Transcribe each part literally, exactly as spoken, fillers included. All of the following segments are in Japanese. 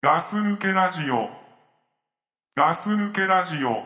ガス抜けラジオガス抜けラジオ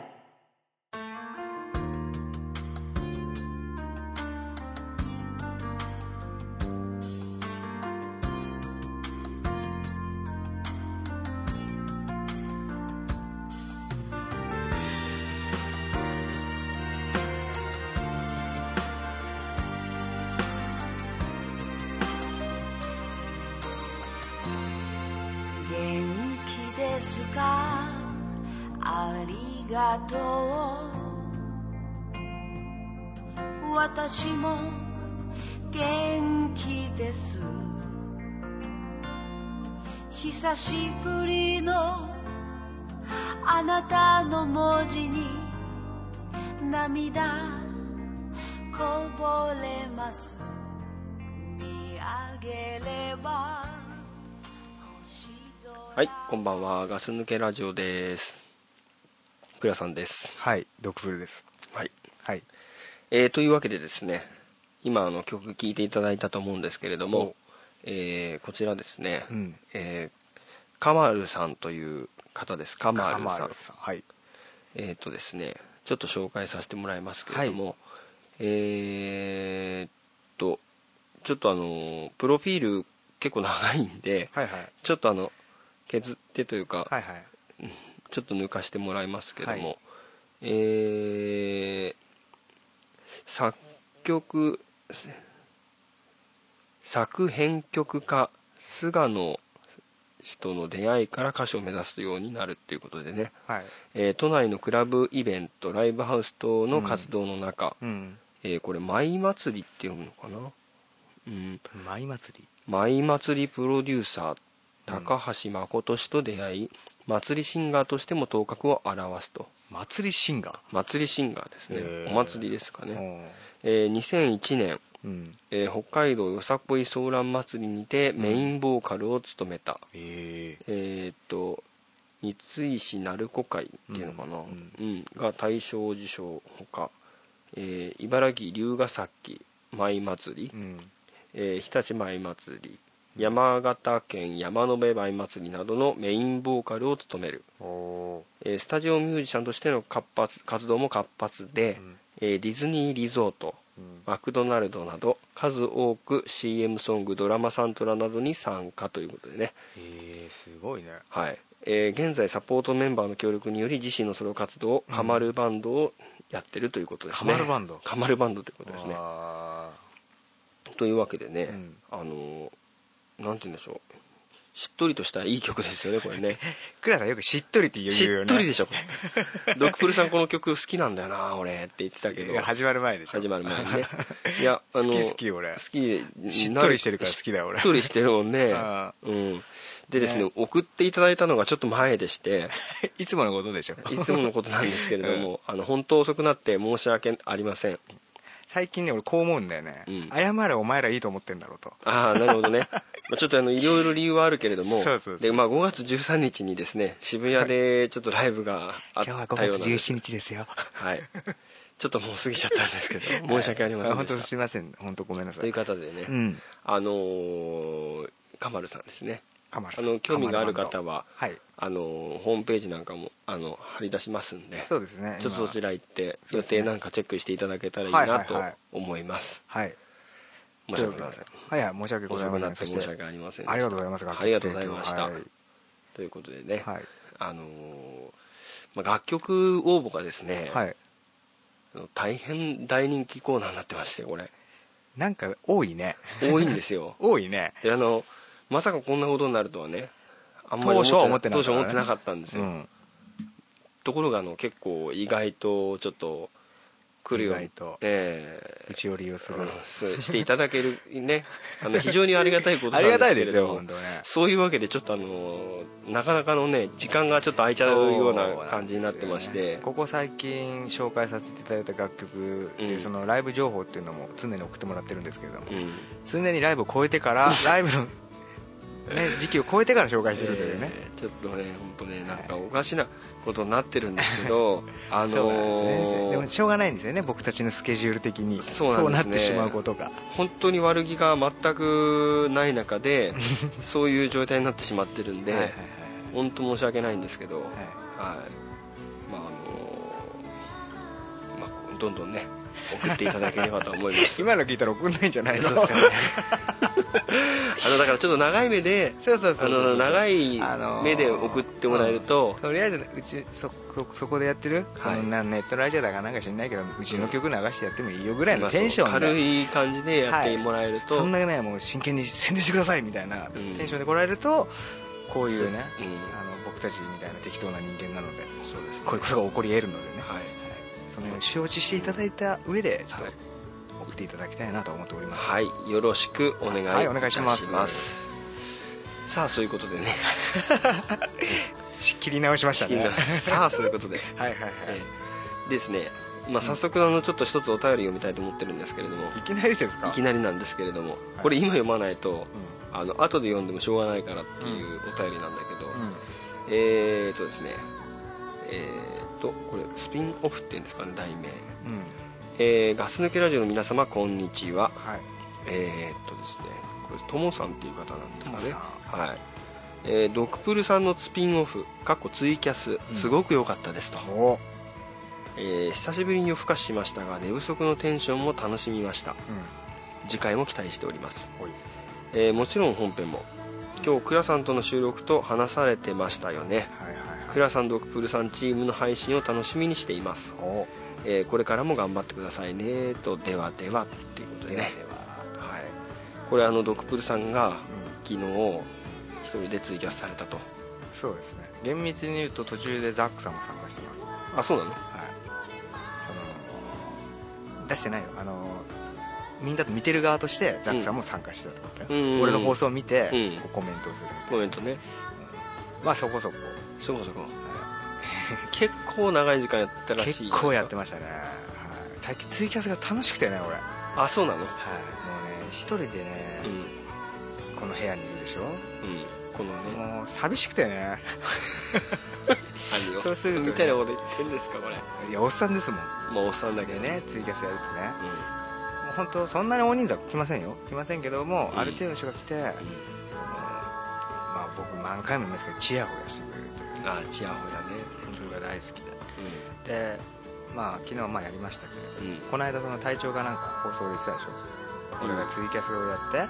私も元気です。久しぶりのあなたの文字に涙こぼれます。見上げれば星空。 はい、こんばんは。ガス抜けラジオです。倉さんです。 はい、ドクプルです。 はいはい。 えー、というわけでですね、今あの曲聴いていただいたと思うんですけれども、えー、こちらですね、うん、えー、カマルさんという方です。カマルさん。カマルさん、はい。えーとですね、ちょっと紹介させてもらいますけれども、はい、えーっとちょっとあのプロフィール結構長いんで、はいはい、ちょっとあの削ってというか、はいはい、ちょっと抜かしてもらいますけども、はい、えー作曲作編曲家菅野氏との出会いから歌手を目指すようになるっていうことでね、はい、えー、都内のクラブイベントライブハウス等の活動の中、うん、えー、これ舞祭りって読むのかな、うん、 舞祭り舞祭りプロデューサー高橋誠氏と出会い、祭りシンガーとしても頭角を現すと。 祭りシンガー祭りシンガーですね。お祭りですかね。えー、にせんいちねん、うん、えー、北海道よさこいソーラン祭りにてメインボーカルを務めた、うん、えー、えー、っと三石鳴子会っていうのかな、うんうん、が大賞を受賞ほか、えー、茨城龍ケ崎舞祭り、うん、えー、日立舞祭り、山形県山辺舞祭りなどのメインボーカルを務める。えー、スタジオミュージシャンとしての活発活動も活発で、うん、えー、ディズニーリゾート、うん、マクドナルドなど数多く シーエム ソングドラマサントラなどに参加ということでね。 へー、すごいね。 はい、えー、現在サポートメンバーの協力により自身のソロ活動、うん、カマルバンドをやってるということですね。 カマルバンドカマルバンドということですね。というわけでね、うん、あのーなんて言うんでしょう、しっとりとしたいい曲ですよねこれね。 クラさんよくしっとりって言うよね。 しっとりでしょドクプルさんこの曲好きなんだよな俺って言ってたけど、 いや始まる前でしょ。 始まる前にねいやあの好き好き俺好きしっとりしてるから好きだよ俺。 しっとりしてるもんねうん、でですね、ね、送っていただいたのがちょっと前でしていつものことでしょ。 いつものことなんですけれども、うん、あの本当遅くなって申し訳ありません。 最近ね俺こう思うんだよね、うん、謝れお前らいいと思ってんだろうと。 ああなるほどねちょっとあのいろいろ理由はあるけれども、そうそうそうそうで、まあ、ごがつじゅうさんにちにですね渋谷でちょっとライブがあったような、今日はごがつじゅうしちにちですよはいちょっともう過ぎちゃったんですけど申し訳ありませんでした。 本当すいません、本当ごめんなさいという方でね、うん、あのー、カマルさんですね。あの興味がある方は、はい、あのホームページなんかもあの貼り出しますんで、 そうですね、 ちょっとそちら行って予定なんかチェックしていただけたらいいなと思います。はい、申し訳ございません。 はいはい、申し訳ございません。 遅くなって申し訳ありませんでした。 ありがとうございます。 ありがとうございました。はい、ということでね、はい、あのーまあ、楽曲応募がですね、はい、大変大人気コーナーになってまして、これなんか多いね。 多いんですよ多いね。 であのまさかこんなことになるとはね、あんまり当初は思ってなかった、ね、当初思ってなかったんですよ、うん、ところがあの結構意外とちょっと来るように、 えー、打ち寄りをする、 うん、していただけるねあの非常にありがたいことなんですけれどもありがたいですよ本当ね。そういうわけでちょっとあのなかなかのね時間がちょっと空いちゃうような感じになってまして、ね、 ここ最近紹介させていただいた楽曲で、うん、そのライブ情報っていうのも常に送ってもらってるんですけれども、うん、常にライブを超えてからライブのね、時期を超えてから紹介してるというね、 えー、ちょっとね本当ねなんかおかしなことになってるんですけど、あのー、 でもしょうがないんですよね、僕たちのスケジュール的にそうなんです、ね、そうなってしまうことが本当に悪気が全くない中でそういう状態になってしまってるんで、はいはいはい、 本当申し訳ないんですけど、はい、 はい、 まああのまあどんどんね送っていただければと思います今の聞いたら送んないんじゃないの？ そうですかねあのだからちょっと長い目でそうそうそうそうあの長い目で送ってもらえると、 うん、とりあえずうち そ, そ, そこでやってる、はい、ネットラジオだかなんか知んないけどうちの曲流してやってもいいよぐらいのテンションで、 まあ、軽い感じでやってもらえると、 はい、そんなねもう真剣に宣伝してくださいみたいなテンションで来られると、こういうね、うん、あの僕たちみたいな適当な人間なので、そうですね、こういうことが起こり得るのでね、はいはい、そのように承知していただいた上でちょっと、はい、送っていただきたいなと思っております。 はい、よろしくお願いいたします。はい、お願いします。さあそういうことでね仕切り直しましたねさあそういうことではいはいはい、 えー、ですね、まあ、早速あのちょっと一つお便り読みたいと思ってるんですけれども、 いきなりですか？ いきなりなんですけれども、これ今読まないと、うん、あの後で読んでもしょうがないからっていうお便りなんだけど、うん、えーとですねえーとこれスピンオフっていうんですかね、題名、うん、えー、ガス抜けラジオの皆様こんにちは、はい、えーとですねこれともさんっていう方なんですかね、はい、えー、ドクプルさんのスピンオフかっこツイキャスすごく良かったですと、うん、えー、久しぶりに夜更かししましたが寝不足のテンションも楽しみました、うん、次回も期待しております、えー、もちろん本編も今日クラさんとの収録と話されてましたよね、はいはいはい、クラさんドクプルさんチームの配信を楽しみにしています、えー、これからも頑張ってくださいねと、ではではっていうことでね、ではでは、はい、これあのドクプルさんが昨日一人でツイキャスされたと。 そうですね、厳密に言うと途中でザックさんも参加してます。 あ、そうなの？はい、 その出してないよ、あのみんなと見てる側としてザックさんも参加してたってことだよ、うん、俺の放送を見て、うん、コメントをするみたいな。 コメントね、 うん、まあそこそこそこそこ、はい、結構長い時間やったらしい。 結構やってましたね、はい、最近ツイキャスが楽しくてね俺。 あ、そうなの？はい、もうね一人でね、うん、この部屋にいるでしょ、うん、 このね、 もう寂しくてね何おっさんみたいなこと言ってんですかこれ。 いやおっさんですもん。 まあおっさんだけどね、ツイキャスやるとね、うん、もう本当そんなに大人数は来ませんよ、来ませんけども、うん、ある程度の人が来て、うん、まあ僕何回も言いますけどチヤホヤしてくれるという。 あ、チヤホヤね、 それが大好きで、うん、でまあ昨日まあやりましたけど、うん、この間その隊長がなんか放送で言ってたでしょ、うん、俺がツイキャスをやって、うん、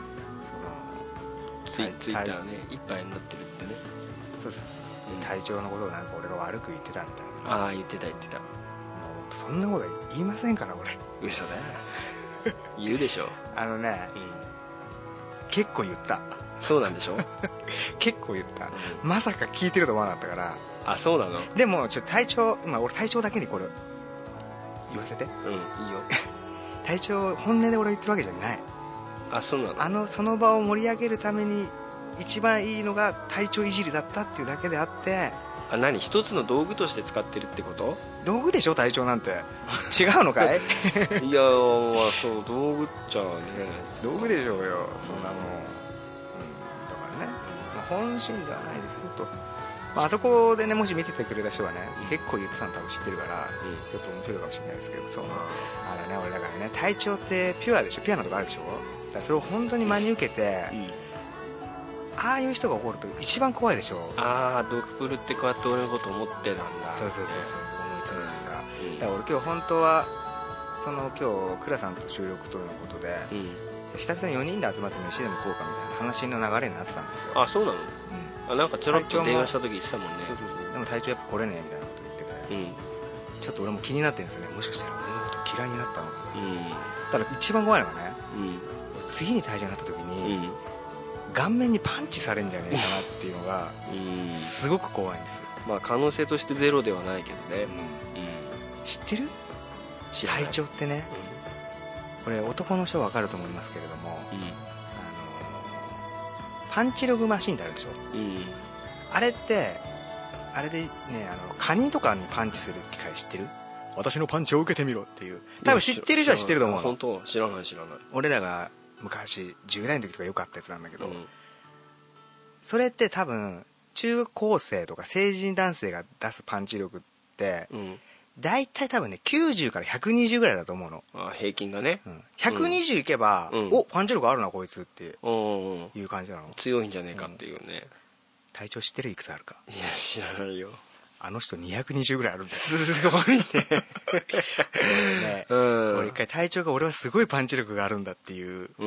そのツイッターねいっぱいになってるってね。 そうそうそう、うん、隊長のことをなんか俺が悪く言ってたみたいな。 ああ言ってた言ってた。もうそんなこと言いませんから俺。 嘘だよ言うでしょ。 あのね、うん、結構言った。 そうなんでしょ結構言った、うん、まさか聞いてると思わなかったから。 あ、そうなの。 でもちょっと隊長、今俺隊長だけにこれ言わせて。うん、いいよ隊長本音で俺言ってるわけじゃない。 あ、そうなの。 あのその場を盛り上げるために一番いいのが隊長いじりだったっていうだけであって。 あ、何、一つの道具として使ってるってこと？ 道具でしょ隊長なんて。違うのかい？ いやー、まあそう道具っちゃね道具でしょうよ、そんなもん、うん、だからね、まあ、本心ではないですよと、まあ、あそこでねもし見ててくれた人はね、うん、結構言ってたの多分知ってるから、うん、ちょっと面白いかもしれないですけど、そう、あれね、俺だからね、隊長ってピュアでしょ、ピュアなとこあるでしょ、だからそれを本当に真に受けて、うん、ああいう人が起こると一番怖いでしょ。 ああ、ドクプルってこうやって俺のこと思ってたんだ。 そうそうそうそう、思いついてさ、うん、だから俺今日本当はその今日倉さんと収録ということで、うん、久々によにんで集まって飯でも食おうかみたいな話の流れになってたんですよ。 あ、そうなの、うん、あ、なんかちょろっと電話した時言ってたもんね。 そうそうそう、でも隊長やっぱ来れねえみたいなこと言ってて、うん、ちょっと俺も気になってるんですよね、もしかしたら俺のこと嫌いになったのかな、うん、ただ一番怖いのがね、うん、次に隊長になった時に、うん、顔面にパンチされるんじゃねえかなっていうのがすごく怖いんですよ。 まあ可能性としてゼロではないけどね、 うんうん、知ってる？隊長ってね、うん、これ男の人は分かると思いますけれども、うん、あのパンチログマシンってあるでしょ、うん、あれってあれでね、あのカニとかにパンチする機械知ってる？私のパンチを受けてみろっていう、多分知ってる人は知ってると思うの。 本当知らない知らない。 俺らが昔じゅう代の時とかよかったやつなんだけど、うん、それって多分中高生とか成人男性が出すパンチ力って、うん、大体多分ねきゅうじゅうからひゃくにじゅうぐらいだと思うの。 あ、平均がね、うん、 ひゃくにじゅういけば、うん、お、パンチ力あるなこいつっていう感じなの。 強いんじゃねえかっていうね、 う体長知ってる？いくつあるか。 いや知らないよ。 あの人にひゃくにじゅうぐらいあるんだよ。 すごいね俺ね、うん、俺一回体長が俺はすごいパンチ力があるんだっていう、うん、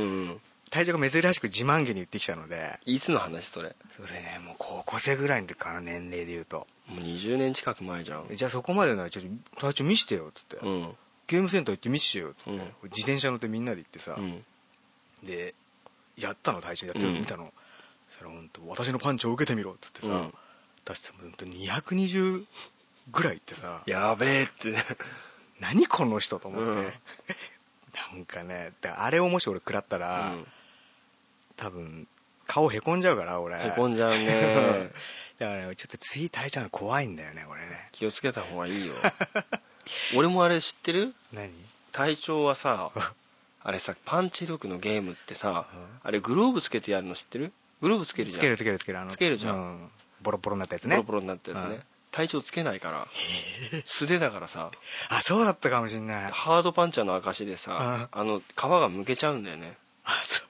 体長が珍しく自慢げに言ってきたので。 いつの話それ？ それねもう高校生ぐらいの時かな、年齢で言うと。 もうにじゅうねん近く前じゃん。 じゃあそこまでならちょっと体長見してよっつって、うん、ゲームセンター行って見してよっつって、うん、自転車乗ってみんなで行ってさ、うん、でやったの、体長やってるの見たの、うん、そしたら本当私のパンチを受けてみろっつってさ、うん、出しても本当ににひゃくにじゅうぐらいってさ、 やべえって何この人と思って、うん、なんかね、あれをもし俺食らったら、うん、多分顔へこんじゃうから俺。 へこんじゃうねだから、ね、ちょっと次体調の怖いんだよね俺ね。 気をつけた方がいいよ俺もあれ知ってる？ 何？ 体調はさあれさ、パンチ力のゲームってさ、うん、あれグローブつけてやるの知ってる？グローブつけるじゃん。 つけるつけるつける、あのつけるじゃん、うん、 ボロボロになったやつね。 ボロボロになったやつね、うん、体調つけないから素手だからさ。 あ、そうだったかもしんない。 ハードパンチャーの証でさ、あの皮がむけちゃうんだよね。 あ、そう、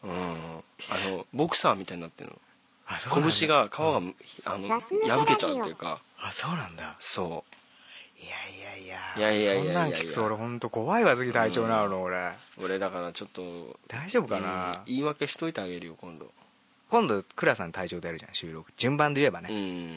うん、あのボクサーみたいになってるの。あ、そうなんだ。拳が皮が、うん、あの破けちゃうっていうか。 あ、そうなんだ。 そう。 いやいやいやいやいやいやいや、 そんなん聞くと俺本当怖いわ。次体調なの俺、うん、 俺だからちょっと大丈夫かな、 うん、言い訳しといてあげるよ今度。 今度倉さん体調でやるじゃん、収録順番で言えばね、うん、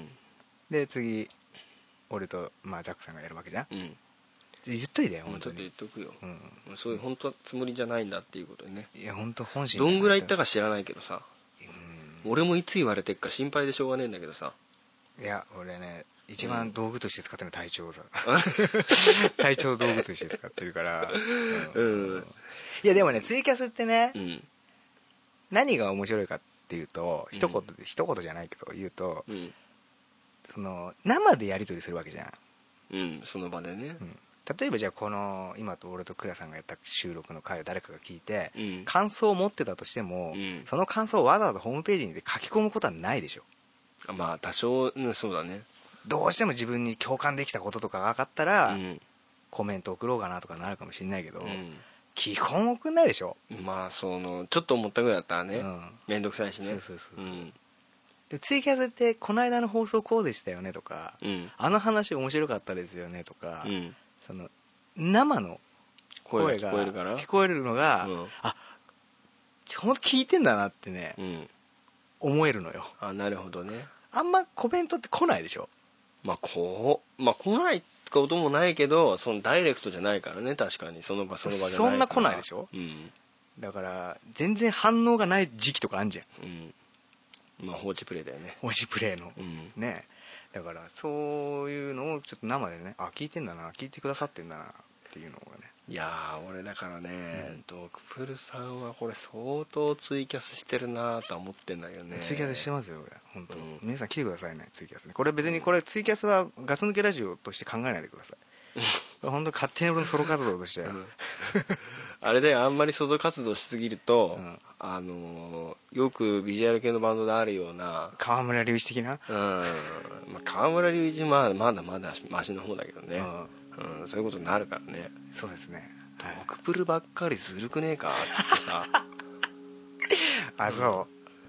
で次俺と、まあ、ザックさんがやるわけじゃん、うん、言っといてよ本当に。 ちょっと言っとくよ、うん、そういう本当はつもりじゃないんだっていうことでね。 いや本当本心どんぐらい言ったか知らないけどさ、うん、俺もいつ言われてっか心配でしょうがねえんだけどさ。 いや俺ね一番道具として使ってるの体調さ、体調道具として使ってるから、うんうん、いやでもねツイキャスってね、うん、何が面白いかっていうと、一言で、うん、一言じゃないけど言うと、うん、その生でやり取りするわけじゃん、 うん、その場でね、うん、 例えばじゃあこの今と俺と倉さんがやった収録の回を誰かが聞いて、うん、感想を持ってたとしても、うん、その感想をわざわざホームページにで書き込むことはないでしょ。 まあ多少、うん、そうだね。 どうしても自分に共感できたこととかが分かったら、うん、コメント送ろうかなとかなるかもしれないけど、うん、基本送んないでしょ。 まあそのちょっと思ったぐらいだったらね、うん、めんどくさいしね。 そうそうそうそう、うん、でツイキャスってこの間の放送こうでしたよねとか、うん、あの話面白かったですよねとか、うん、その生の声が聞こえるから、聞こえるのが、うん、あ、ほんと聞いてんだなってね、うん、思えるのよ。 あ、なるほどね。 あんまコメントって来ないでしょ。 まあこう、まあ来ないこともないけど、そのダイレクトじゃないからね、確かにその場その場じゃないから。 そんな来ないでしょ、うん、だから全然反応がない時期とかあんじゃん、 うん、まあ放置プレイだよね、 放置プレイの、うん、ね。だからそういうのをちょっと生でね、あ、聞いてんだな、聞いてくださってんだなっていうのがね。 いやー俺だからね、うん、ドクプルさんはこれ相当ツイキャスしてるなとは思ってんだけどね。 ツイキャスしてますよ俺本当、うん、皆さん来てくださいねツイキャスね。これ別にこれツイキャスはガス抜けラジオとして考えないでください本当勝手に俺のソロ活動として、うん、 あれであんまりソロ活動しすぎると、うん、あのー、よくビジュアル系のバンドであるような河村隆一的な、 うん、まあ、河村隆一はまだまだマシの方だけどね、うんうん、そういうことになるからね。 そうですね。 ドクプルばっかりずるくねえかってさあ、そう、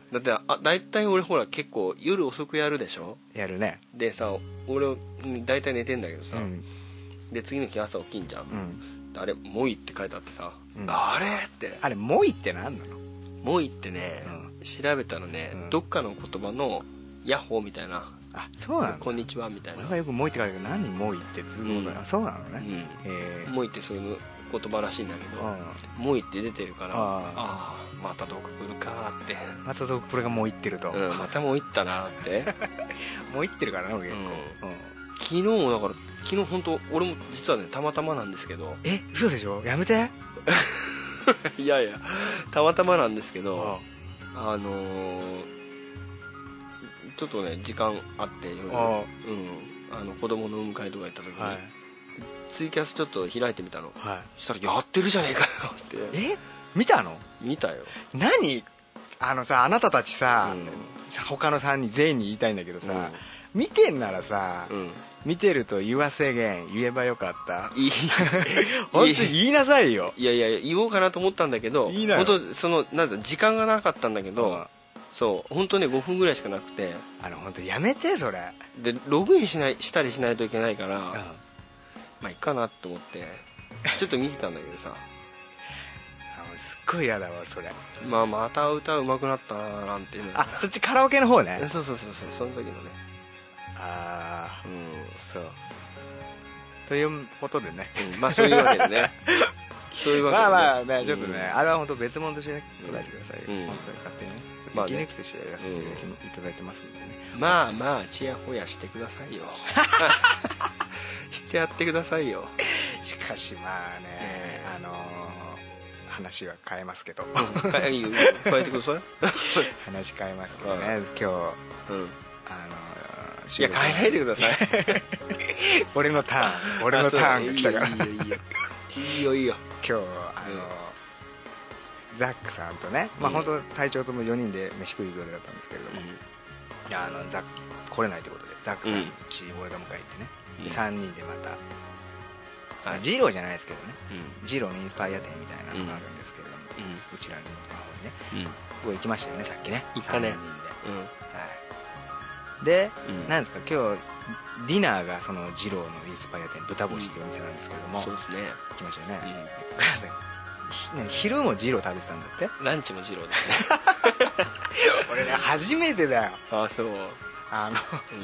だってあ大体俺ほら結構夜遅くやるでしょ。 やるね。 でさ俺大体寝てんだけどさ、うん、で次の日朝起きんじゃん、うん、あれモイって書いてあってさ、うん、あれってあれモイって何なの。 モイってね、うん、調べたらね、うん、どっかの言葉のヤッホーみたいな、 あ、そうなの、 こんにちはみたいな。 俺はよくモイって書いてあるけど何モイってずっと、うん、そうなのね、 うん、えー、モイってそういう言葉らしいんだけど、モイって出てるから、ああまたドクプルかって、 またドクプルがもう行ってると、 うん、またもう行ったなってもう行ってるからね俺結構、 うんうん、昨日もだから昨日本当俺も実はねたまたまなんですけど、 え、嘘でしょ、やめていやいやたまたまなんですけど、あ、あのー、ちょっとね時間あって夜、あ、うん、あの子供のお迎えとか行った時に、はい、ツイキャスちょっと開いてみたの、はい、そしたらやってるじゃねえかよって。 え、見たの？ 見たよ。 何あのさ、あなたたちさ、うん、他のさんにん全員に言いたいんだけどさ、うん、見てんならさ、うん、見てると言わせげん言えばよかった。いい本当に言いなさいよ。 いやいや言おうかなと思ったんだけど、いい本当そのなんだ時間がなかったんだけど、うん、 そう本当ねごふんぐらいしかなくて、 あの本当やめてそれでログインしないしたりしないといけないから、うん、まあいいかなと思ってちょっと見てたんだけどさすっごい嫌だわそれ。 まあまた歌うまくなったななんていうの。 あ、そっちカラオケの方ね。 そうそうそうそうその時のね。 ああ、うん、そうということでね、 うん、まあそういうわけでねそういうわけで、ね、 まあまあねちょっとね、うん、あれは本当別物として捉えてください、うん、本当に勝手にねちょっと息抜きとしてやらせていただいてますんでね、 まあまあちやほやしてくださいよしてやってくださいよ。 しかしまあね、えー、あのー、話は変えますけど、うん、 変えてください話変えますけどね、今日、うん、あのー、いや変えないでください俺のターン俺のターンが来たからいいよいいよいいよいいよ今日あの、うん、ザックさんとね、まあ本当隊長ともよにんで飯食いぐらいだったんですけれども、うん、いやあのザック来れないということでザックさんち俺が迎え行ってね、うん、さんにんでまた、うん、ジローじゃないですけどね、うん、ジローのインスパイア店みたいなのがあるんですけれども、うん、うちらの方にね、うん、ここ行きましたよねさっきね行ったねさんにんで、うんはい、で、うん、なんですか今日ディナーがそのジローのインスパイア店豚星っていうお店なんですけれども、 うん、そうですね行きましたよね、うん、昼もジロー食べてたんだって。 ランチもジローですね俺ね初めてだよ。 ああそうあの、うん、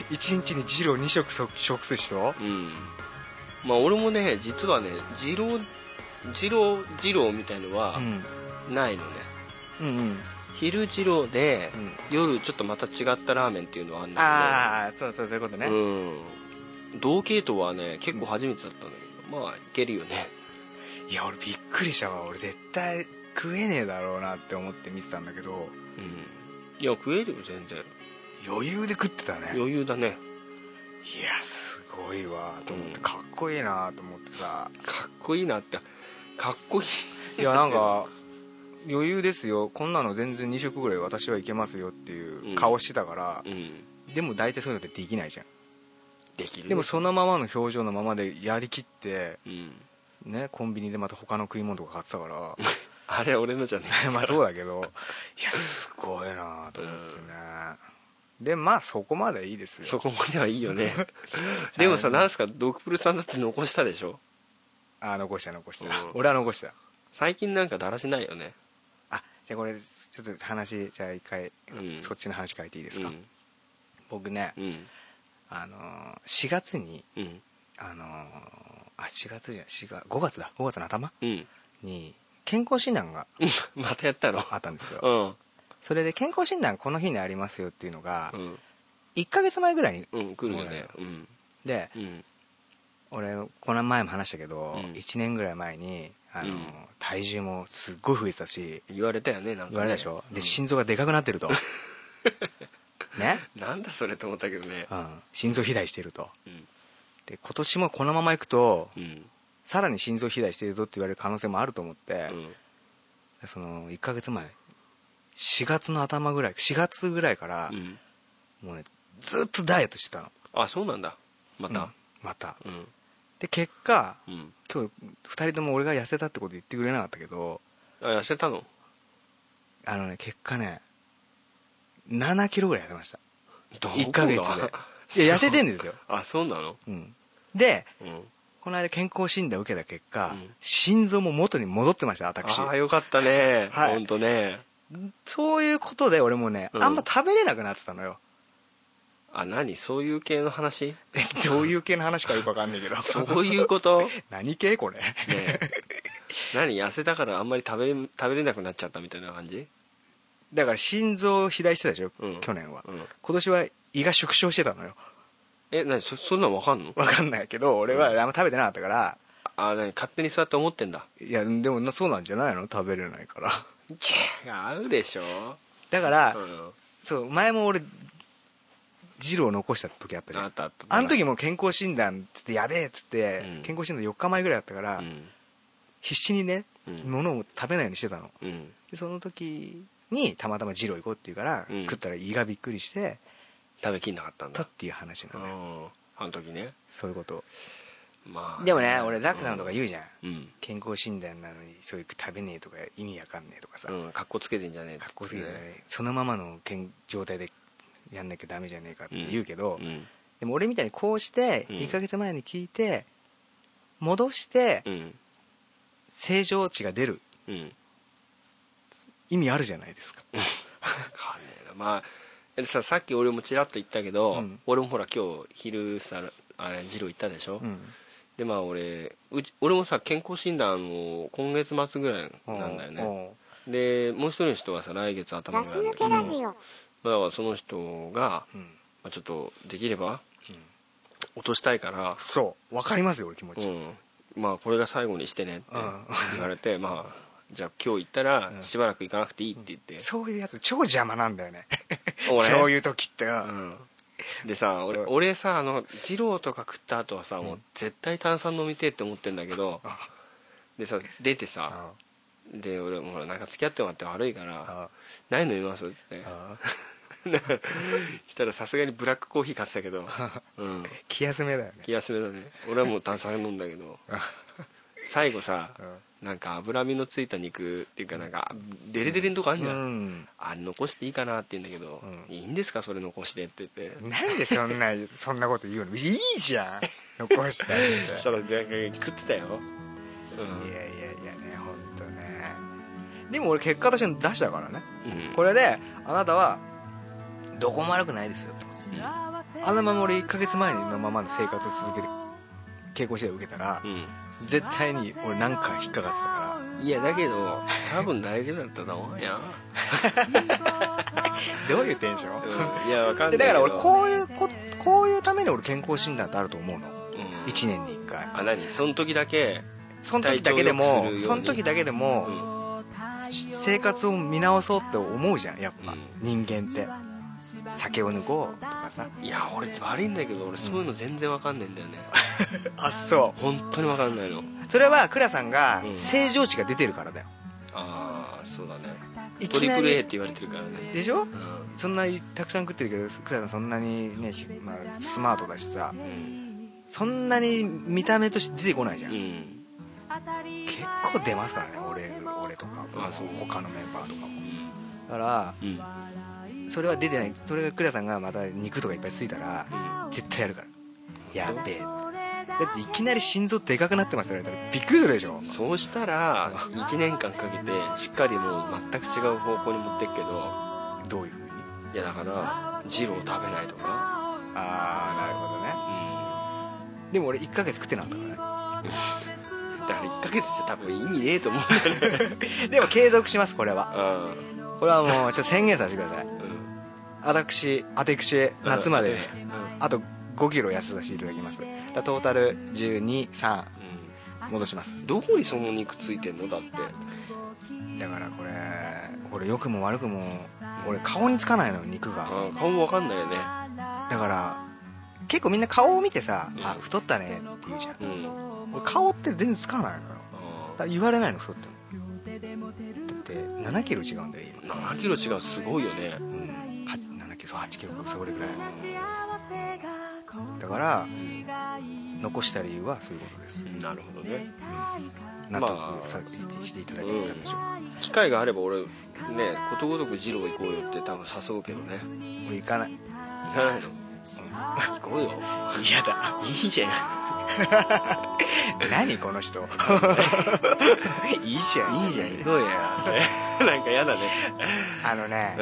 いちにちにジローに食食する人、うん、 まあ俺もね実はねジロージロージローみたいのはないのね、うんうん、昼ジローで、うん、夜ちょっとまた違ったラーメンっていうのはあるんだけど、 ああそうそうそういうことね、うん、 同系統はね結構初めてだったんだけど、うん、まあいけるよね。 いや俺びっくりしたわ。俺絶対食えねえだろうなって思って見てたんだけど、うん、 いや食えるよ全然余裕で食ってたね。 余裕だね。 いやすごいわと思って、うん、かっこいいなと思ってさ。 かっこいいなってかっこいいいやなんか余裕ですよこんなの全然に食ぐらい私はいけますよっていう顔してたから、うんうん、でも大体そういうのってできないじゃん。 できる。 でもそのままの表情のままでやりきって、うんね、コンビニでまた他の食い物とか買ってたからあれ俺のじゃねえまあそうだけどいやすごいなと思ってね、うん、でまあそこまでいいですよ。 そこまではいいよねでもさなんすかドクプルさんだって残したでしょ。 あ残した残した、うん、俺は残した。 最近なんかだらしないよね。 あじゃあこれちょっと話じゃあ一回、うん、そっちの話変えていいですか、うん、僕ね、うん、あのー、しがつに、うん、あのー、あしがつじゃしがごがつだごがつの頭、うん、に健康診断がまたやったのあったんですよ、うん、それで健康診断この日にありますよっていうのが、うん、いっかげつまえぐらいに、 うん、来るよね、うん、 で、うん、俺この前も話したけど、うん、いちねんぐらい前にあの、うん、体重もすっごい増えてたし言われたよねなんかね言われたでしょ、で、うん、心臓がでかくなってるとねなんだそれと思ったけどね、 うん、心臓肥大してると、うん、で今年もこのままいくと、うん、さらに心臓肥大してるぞって言われる可能性もあると思って、うん、そのいっかげつまえしがつの頭ぐらいしがつぐらいから、うん、もうねずっとダイエットしてたの。 あそうなんだまた、うん、 また、うん、で結果、うん、今日ふたりとも俺が痩せたってこと言ってくれなかったけどあ痩せたのあのね結果ねななキロぐらい痩せました。 どこいっかげつでいや痩せてんですよあそうなの、 うん、で、うん、この間健康診断を受けた結果、うん、心臓も元に戻ってました私。 ああよかったね、はい、ほんとね。 そういうことで俺もね、うん、あんま食べれなくなってたのよ。 あ何そういう系の話どういう系の話かよく分かんないけどそういうこと何系これね何痩せたからあんまり食べれ、食べれなくなっちゃったみたいな感じ。 だから心臓肥大してたでしょ、うん、去年は、うん、今年は胃が縮小してたのよ。 え何 そ, そんなの分かんの。 分かんないけど俺はあんま食べてなかったから、 うん、あ何勝手にそうやって思ってんだ。 いやでもそうなんじゃないの食べれないから違うでしょ。 だから、うん、そう前も俺ジローを残した時あったじゃん。あったあった。あの時も健康診断つってやべえっつって、うん、健康診断よっかまえぐらいだったから、うん、必死にね、うん、物を食べないようにしてたの、うん、でその時にたまたまジロー行こうって言うから、うん、食ったら胃がびっくりして食べきんなかったんだっていう話なのよ。 あの時ね。 そういうこと。 まあ、 でもね俺ザックさんとか言うじゃん、 うん、 健康診断なのにそういう食べねえとか意味わかんねえとかさ、 うん、かっこつけてんじゃねえかっこつけてんじゃねえ、そのままの状態でやんなきゃダメじゃねえかって言うけど、うんうん、でも俺みたいにこうしていっかげつまえに聞いて戻して正常値が出る、うん、意味あるじゃないですかかねえな。まあさ、さっき俺もちらっと言ったけど、うん、俺もほら今日昼さあれジロー行ったでしょ、うん、でまあ俺うち俺もさ健康診断を今月末ぐらいなんだよね。でもう一人の人はさ来月頭ぐらいなんだけど、うん、だからその人が、うんまあ、ちょっとできれば、うん、落としたいから。 そう分かりますよ俺気持ち、うん、 まあこれが最後にしてねって言われて、うん、まあじゃあ今日行ったらしばらく行かなくていいって言って、うん、 そういうやつ超邪魔なんだよねそういう時って、うん、 でさ 俺, 俺さあの二郎とか食った後はさ、うん、もう絶対炭酸飲みてえって思ってんだけどでさ出てさで俺もうなんか付き合ってもらって悪いから何飲みますってしたらさすがにブラックコーヒー買ってたけど、うん、 気休めだよね。 気休めだね。俺はもう炭酸飲んだけど最後さ、うん、なんか脂身のついた肉っていうかなんかデレデレのとこあんじゃん、うん、あ残していいかなって言うんだけど、うん、いいんですかそれ残してって言って。 なんでそんなそんなこと言うの。いいじゃん残したってそしたらなんか食ってたよ、 うん、いやいやいやねほんとね。でも俺結果として出したからね、うん、これであなたはどこも悪くないですよと、うん、あのまま俺いっかげつまえのままの生活を続けて健康診断受けたら、うん、絶対に俺何回引っかかってたから。 いやだけど多分大丈夫だったと思うよどういうテンション、 うん、いやわかんないだから俺こういうここういうために俺健康診断ってあると思うの、うん、いちねんにいっかい。 あ何その時だけその時だけでもその時だけでも、うん、生活を見直そうって思うじゃんやっぱ、うん、人間って酒を抜こうとかさ。 いや俺悪いんだけど俺そういうの全然わかんないんだよね、 うん、あそう本当にわかんないの。 それは倉さんが正常値が出てるからだよ、 うん、ああそうだね。トリプル A って言われてるからね。 でしょ、うん、そんなにたくさん食ってるけど倉さんそんなにね、まあ、スマートだしさ、うん、そんなに見た目として出てこないじゃん、うん、結構出ますからね 俺, 俺とかあそう他のメンバーとかも、うん、だから、うん、それは出てない。それが倉さんがまた肉とかいっぱいついたら、うん、絶対やるから。やべえだっていきなり心臓でかくなってますよね。びっくりするでしょ。 そうしたらいちねんかんかけてしっかりもう全く違う方向に持っていくけど。 どういう風に。 いやだからジロー食べないとか。 ああなるほどね、うん、でも俺いっかげつ食ってなかったからねだからいっかげつじゃ多分意味ねえと思うんだよねでも継続しますこれは、うん、これはもうちょっと宣言させてください、うん、私あてくし夏まで、うん、あとごキロ痩せさせていただきます。だトータルじゅうに、さん、うん、戻します。 どこにその肉ついてんのだって。 だからこれこれ良くも悪くも俺顔につかないの肉が。 あ顔も分かんないよね。 だから結構みんな顔を見てさ、うん、あ太ったねって言うじゃん、うん、俺顔って全然つかないのよ。だから言われないの太っても。だってななキロ違うんだよ今。 ななキロ違うすごいよね、うん、 はちななキロそうはちキロそれぐらいだから、うん、残した理由はそういうことです。 なるほどね、 うん、納得さ、まあ、していただけたんでしょうか、 うん、機会があれば俺ねことごとくジロー行こうよって多分誘うけどね。 俺行かない。 行かないの、うん、行こうよ。 嫌だ。 いいじゃん何この人いいじゃんいいじゃん行こうやなんか嫌だね。 あのね、うん、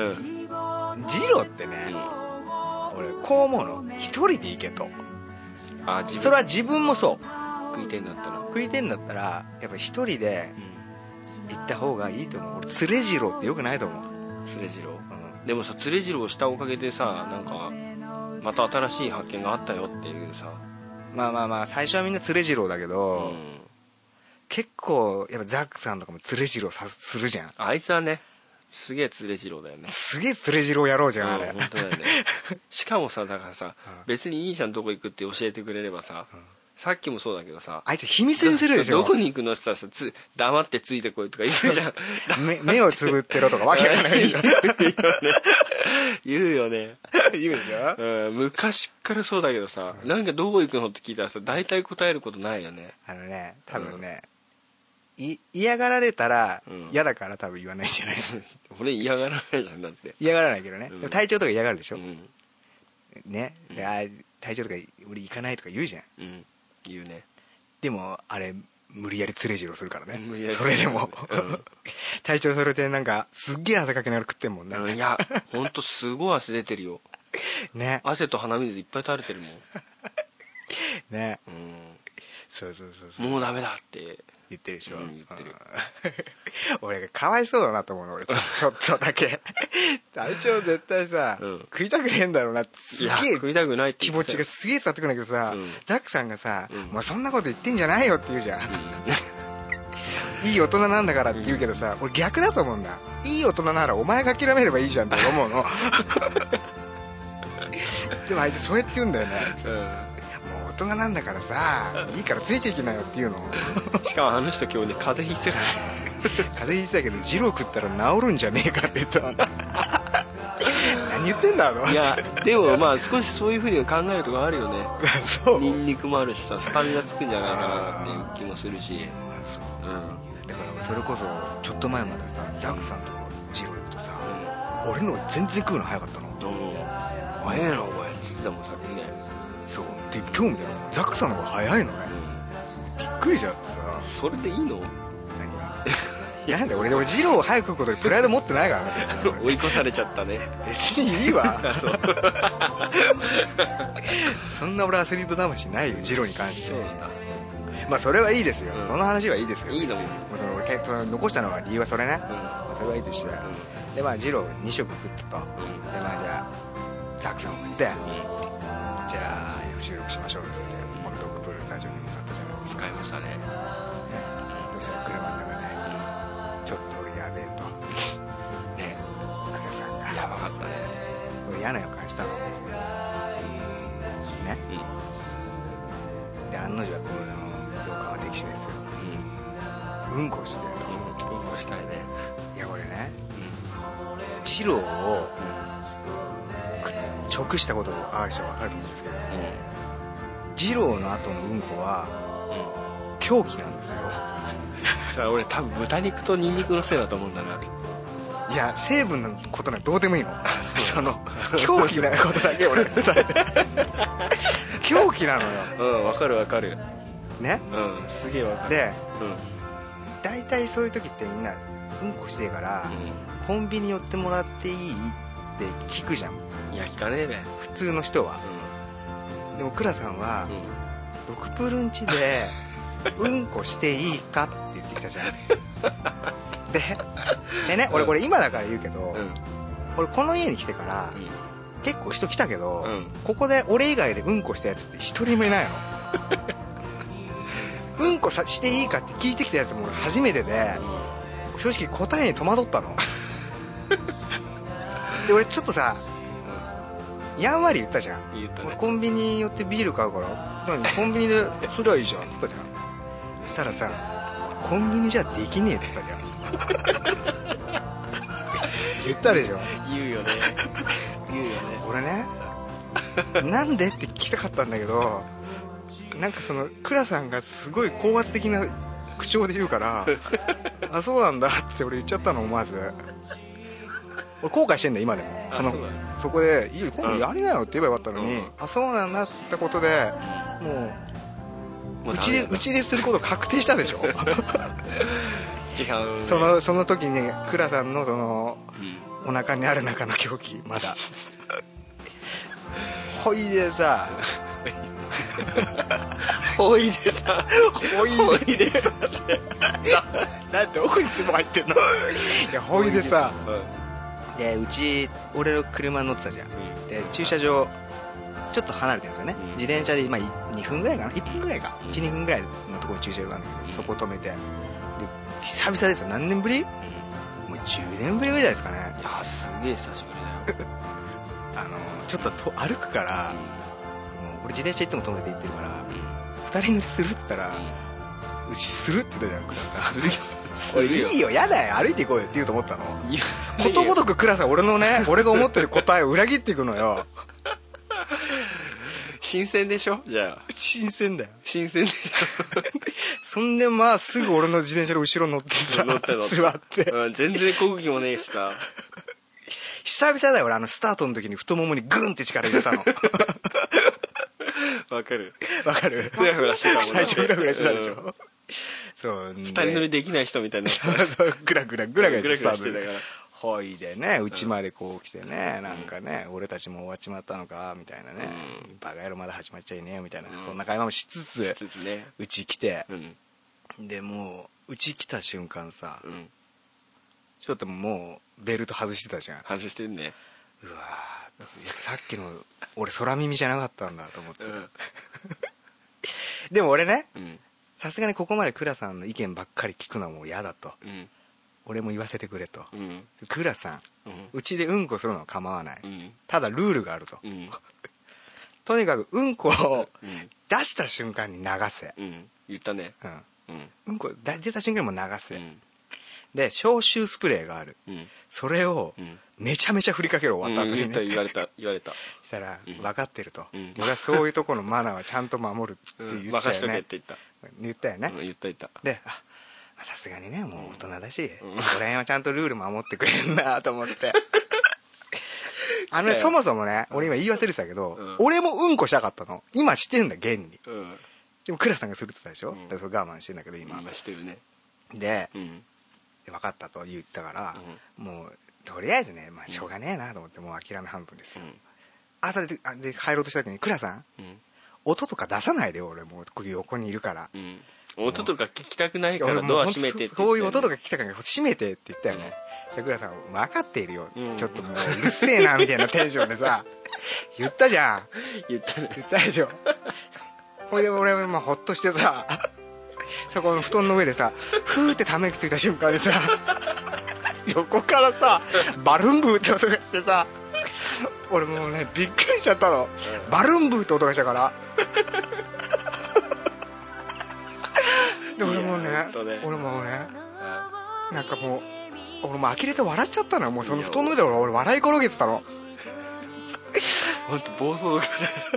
ジローってね、うん俺こう思うの。一人で行けと。あ自分それは自分もそう。 食いてんだったら食いてんだったらやっぱ一人で行った方がいいと思う。俺つれ次郎ってよくないと思う。 つれ次郎、うん、でもさつれ次郎したおかげでさなんかまた新しい発見があったよっていうさ。 まあまあまあ最初はみんなつれ次郎だけど、うん、結構やっぱザックさんとかもつれ次郎さするじゃん。 あいつはねすげえつれ次郎だよね。 すげえつれ次郎やろうじゃん、うん、あれ。 本当だよねしかもさだからさ、うん、別にいいじゃんどこ行くって教えてくれればさ、うん、さっきもそうだけどさあいつ秘密にするでしょ。 どこに行くのってさつ黙ってついてこいとか言うじゃん目, 目をつぶってろとかわけがないじゃんいいよね言うよね。 言うでしょ、 うん、昔からそうだけどさ、なんかどこ行くのって聞いたらさ大体答えることないよね。 あのね多分ね、うん、い嫌がられたら嫌だから多分言わないんじゃないの、うん、 俺嫌がらないじゃんだって。 嫌がらないけどね、 うん、 でも体調とか嫌がるでしょ、 うん、 ね、うん、あ体調とか俺行かないとか言うじゃん、 うん、言うね。 でもあれ無理やりつれ汁をするからね、 無理やりそれでも、うん、体調それでなんかすっげえ汗かきながら食ってんもんね、 うん、いやほんとすごい汗出てるよね。汗と鼻水いっぱい垂れてるもんね、 うん、 そうそうそうそう、 もうダメだって言ってるでしょ、うん、 言ってる俺がかわいそうだなと思うの俺ちょちょっとだけ体調絶対さ、うん、食いたくねえんだろうなってすげえ食いたくないって気持ちがすげえ伝わってくるんだけどさ、うん、ザックさんがさ、 うん、 まあ、そんなこと言ってんじゃないよって言うじゃん、うん、いい大人なんだからって言うけどさ、うん、俺逆だと思うんだ。いい大人ならお前が諦めればいいじゃんって思うのでもあいつそうやって言うんだよね、うん、もう大人なんだからさいいからついていきなよって言うのしかもあの人今日ね風邪ひいてる風邪ひいてたけどジロー食ったら治るんじゃねえかって言ったの何言ってんだあの。 いやでもまあ少しそういう風に考えるとこあるよねそうニンニクもあるしさスタミナつくんじゃないかなっていう気もするし、 うん、だからそれこそちょっと前までさザックさんとジロー行くとさ、うん、俺の全然食うの早かったの。早えなお前っつってたもんさっきね。そうで今日見たらザックさんの方が早いのね、うん、びっくりしちゃってさ。 それでいいの？何がいやなんで俺俺ジローを早く食うことでプライド持ってないからね追い越されちゃったね。 別にいいわそうそんな俺アスリート魂ないよジローに関して。そうなんだ。まあそれはいいですよ、うん、その話はいいですよ。 いいのもその俺その残したのは理由はそれね、うん、それはいいとして、うん、でまあジローに食食ったと、うん、でまあじゃあザックさんを送って、うん、じゃあ収録しましょうっつってこのドッグプールスタジオに向かったじゃないですか。 使いましたね。 どうしたら車の中で、うん、ちょっと俺やべえとね倉さんがやばかったね。 俺嫌な予感したのね、うん、で案の定この予感は歴史ですよ、うん、うんこしてと、 うん、うんこしたいね。 いやこれね、うん、ジローを、うん、直したことがある人は分かると思うんですけど、うん、ジローの後のうんこは、うん、狂気なんですよそれ俺多分豚肉とニンニクのせいだと思うんだな。 いや成分のことなんてどうでもいいのその狂気なことだけ俺狂気なのよ。 うん分かる分かるね、 うんすげえ分かる。 で、うん、大体そういう時ってみんなうんこしてから、うん、コンビニ寄ってもらっていいって聞くじゃん。 いや聞かねえべ普通の人は、うん、でも倉さんは、うん、ドクプルんちでうんこしていいかって言ってきたじゃんで, でね、うん、俺これ今だから言うけど、うん、俺この家に来てから、うん、結構人来たけど、うん、ここで俺以外でうんこしたやつって一人もいないのうんこさしていいかって聞いてきたやつも俺初めてで、うん、正直答えに戸惑ったので俺ちょっとさやんわり言ったじゃん。言ったね。俺コンビニ寄ってビール買うから何コンビニですりゃいいじゃんって言ったじゃん。そしたらさコンビニじゃできねえって言ったじゃん言ったでしょ。 言うよね言うよね。 俺ねなんでって聞きたかったんだけどなんかその倉さんがすごい高圧的な口調で言うからあそうなんだって俺言っちゃったの思わず。俺後悔してんだ今でも。その そ, そこでいいよ今度やりなよって言えばよかったのに、うん、あそうなんだってことでもううちでうちですること確定したでしょ違う、ね、そのその時に倉さんのその、うん、お腹にある中の狂気まだほいでさほいでさほいでさなんで奥にスも入ってんのいやほいでさでうち俺の車乗ってたじゃん、うん、で駐車場ちょっと離れてるんですよね、うん、自転車で今にふんぐらいかないっぷんぐらいか、うん、いちにふんぐらいのところに駐車場があるんだけど、うん、そこを止めてで久々ですよ。何年ぶり、うん、もうじゅうねんぶりぐらいですかね。 いやすげえ久しぶりだよあのちょっとと歩くから、うん、もう俺自転車いつも止めて行ってるから、うん、ふたり乗りするって言ったら、うん、うちするって言ったじゃん。するよ俺いいよやだよ歩いていこうよって言うと思ったの。ことごとくクラスは俺のね俺が思ってる答えを裏切っていくのよ。 新鮮でしょ。じゃあ新鮮だよ新鮮でしょ。 そんでまあすぐ俺の自転車の後ろ乗ってさ乗って乗って座って、 うん、全然こぐ気もねえしさ。 久々だよ俺あのスタートの時に太ももにグンって力入れたの。 わかるわかる。 フラフラしてたもんね。 最初フラフラしてたでしょ、 うん、 そう二人乗りできない人みたいなグラグラグラグラしてスタートしてたからほいでねうちまでこう来てね、うん、なんかね俺たちも終わっちまったのかみたいなね、うん、バカ野郎まだ始まっちゃいねえよみたいな、うん、そんな会話もしつつしつつねうち来て、 うん、 でもううち来た瞬間さ、 うん、 ちょっともうベルト外してたじゃん。 外してんね。 うわさっきの俺空耳じゃなかったんだと思って、うん、でも俺ねさすがにここまで倉さんの意見ばっかり聞くのはもう嫌だと、うん、俺も言わせてくれと、うん、倉さんうち、ん、でうんこするのは構わない、うん、ただルールがあると、うん、とにかくうんこを出した瞬間に流せ、 うん、言ったね、 うんうん、うんこ出た瞬間にも流せ、うん、で消臭スプレーがある、うん、それをめちゃめちゃ振りかける終わった後にね、 うん、言われた言われたしたら分かってると、うん、俺はそういうところのマナーはちゃんと守るって言ったよね、うん、任しとけって言った言ったよね、 うん、言った言ったでさすがにねもう大人だし、うん、ここら辺はちゃんとルール守ってくれるなと思ってあのねそもそもね俺今言い忘れてたけど、うん、俺もうんこしたかったの今してんだ現に、うん、でも倉さんがするって言ったでしょ、うん、だからそれ我慢してんだけど今今してるねで、うん、で分かったと言ったから、うん、もうとりあえずね、まあ、しょうがねえなと思ってもう諦め半分ですよ、うん、朝でで帰ろうとした時に倉さん、うん、音とか出さないで俺もう横にいるから、うん、 音とか聞きたくないからドア閉めてって、 そういう音とか聞きたくないから閉めてって言ったよね、うん、桜さん分かっているよ、うん、ちょっともううるせえなみたいなテンションでさ言ったじゃん言ったね言ったでしょほいで俺はまあほっとしてさそこの布団の上でさふーってため息ついた瞬間にさ横からさバルンブーって音がしてさ俺もうねびっくりしちゃったの、うん、バルンブーって音がしたからで俺もうね俺もうねなんかもう俺も呆れて笑っちゃったの。もうその布団の上で俺笑い転げてたの本当暴走族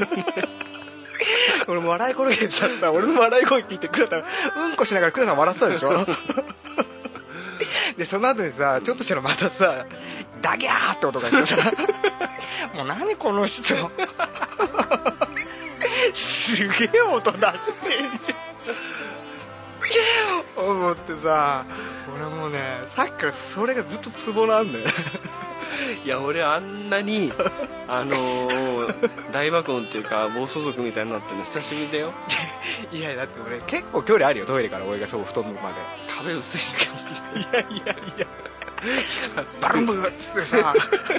俺も笑い転げてたら俺の笑い声聞いてくれたらうんこしながらクラさん笑ってたでしょでその後にさちょっとしたらまたさダギャーって音がしてさもう何この人すげえ音出してんじゃん思ってさ俺もうねさっきからそれがずっとツボなんだよいや俺あんなにあのー、大爆音っていうか暴走族みたいになってるの久しぶりだよいやだって俺結構距離あるよトイレから俺がそう布団のまで壁薄いからいやいやいやバルンブーってさ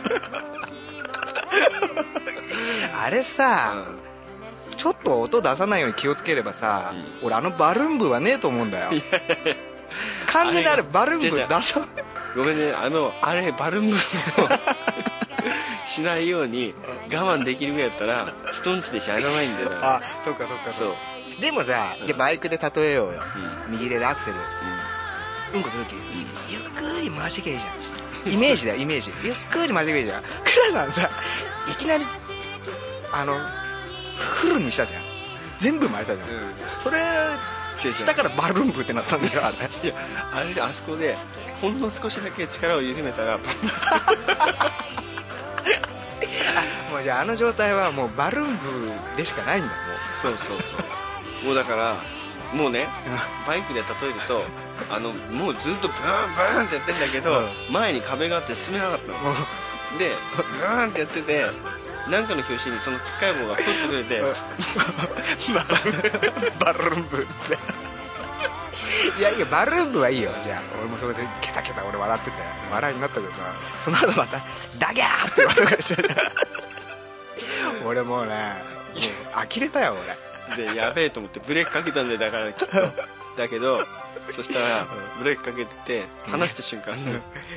あれさ、うん、ちょっと音出さないように気をつければさ、うん、俺あのバルンブーはねえと思うんだよ完全にあれバルンブー出さないごめんねあのあれバルンブーをしないように我慢できるぐらいやったら人んちでしゃらないんだよな。 あそっかそっかそうでもさ、うん、じゃあバイクで例えようよ、うん、右手でアクセル、うん、うんこするとき、うん、ゆっくり回してけばいいじゃんイメージだよイメージゆっくり回してけばいいじゃん。クラさんさいきなりあのフルにしたじゃん全部回したじゃん、うん、それ下からバルンブってなったんだよあれいやあれあそこでほんの少しだけ力を緩めたらもうじゃああの状態はもうバルーン部でしかないんだもうそうそうそうもうだからもうねバイクで例えるとあのもうずっとブーンブーンってやってんだけど、うん、前に壁があって進めなかったの、うん、でブーンってやっててなんかの拍子にそのつっかい棒がふってくれてバルーン部っていやいやバルーン部はいいよ。じゃあ俺もそれでケタケタ俺笑ってて笑いになったけどさその後またダギャーって音がして俺もうねもう呆れたよ俺でやべえと思ってブレーキかけたんだよだからきっとだけどそしたらブレーキかけて離した瞬間に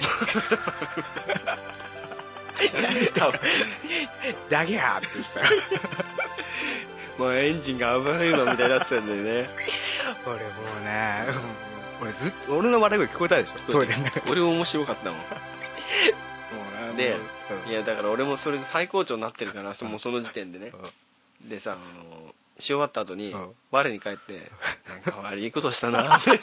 ダギャーって言ったよもうエンジンが暴れるのみたいになってたんだよね俺もうね俺ずっと俺の笑い声聞こえたでしょトイレの中俺も面白かったもんで、いやだから俺もそれで最高潮になってるから、もうその時点でね、でさ、あのし終わった後に我に返ってなんか悪いことしたなって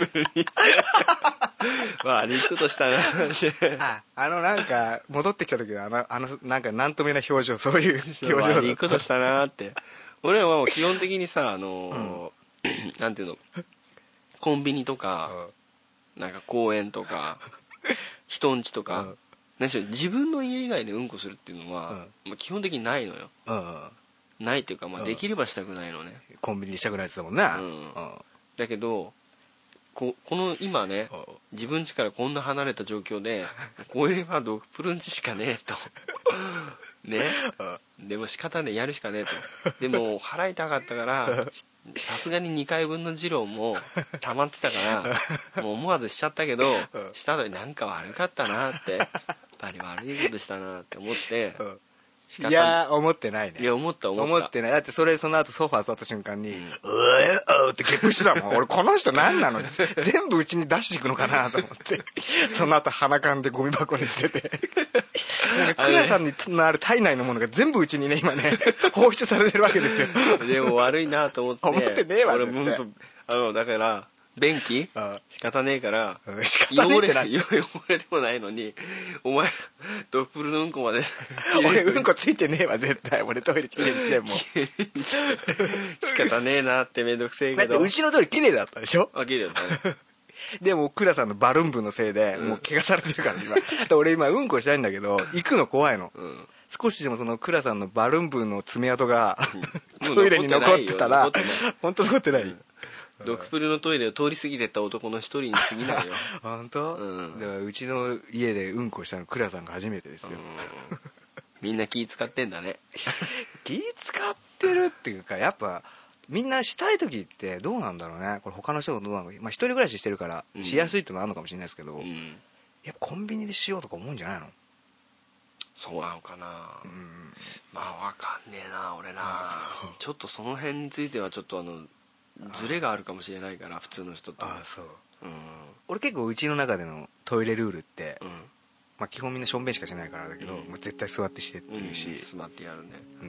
悪いことしたなってああのなんか戻ってきた時はあのあのなんか何とも言えない表情、そういう表情悪いことしたなって俺はもう基本的にさ、あの、うん、なんていうの、コンビニとか、うん、なんか公園とか人んちとか、うん、何しろ自分の家以外でうんこするっていうのは、うんまあ、基本的にないのよ、うん、ないっていうか、まあ、できればしたくないのね、 うん、コンビニしたくないって言ってたもんね、 うんうん、だけど こ, この今ね、うん、自分家からこんな離れた状況でこれはドクプルンチしかねえとね、うん、でも仕方ねえ、やるしかねえと。でも払いたかったからさすがににかいぶんの二郎も溜まってたからもう思わずしちゃったけど、した後になんか悪かったなって、やっぱり悪いことしたなって思って、 いや思ってないね。 いや思った思った思ってない。だってそれその後ソファー座った瞬間に、うん、うえうってゲップしてたもん俺。この人何なの全部うちに出していくのかなと思ってその後鼻かんでゴミ箱に捨ててなんかクラさんにのある体内のものが全部うちにね今ね放出されてるわけですよ。 でも悪いなと思って思ってねえわ俺も本当あのだから便器仕方ねえから仕方ねえってな汚れ汚れでもないのにお前ドップルのうんこまで俺うんこついてねえわ絶対。俺トイレきれいにしても仕方ねえなってめんどくせえけど、 だってうちのトイレきれいだったでしょ。 あきれいだったねでもクラさんのバルーン部のせいでもう怪我されてるから今、うん、俺今うんこしたいんだけど行くの怖いの、うん、少しでもそのクラさんのバルーン部の爪痕が、うん、トイレに残ってたら本当残ってない、うんドクプルのトイレを通り過ぎてった男の一人に過ぎないよ本当、うん、だからうちの家でうんこしたのクラさんが初めてですよ、 うん、みんな気使ってんだね気使ってるっていうかやっぱみんなしたい時ってどうなんだろうね。これ他の人がどうなのか、まあ、一人暮らししてるからしやすいってのはあるのかもしれないですけど、うん、やっぱコンビニでしようとか思うんじゃないの。 そうなのかな、うん、まあ分かんねえな俺な。ちょっとその辺についてはちょっとあのズレがあるかもしれないから普通の人と。 ああそう、うん、俺結構うちの中でのトイレルールって、うんまあ、基本みんなしょんべんしかしないからだけど、うん、もう絶対座ってしてっていうし、うん、 座ってやるね、 うん、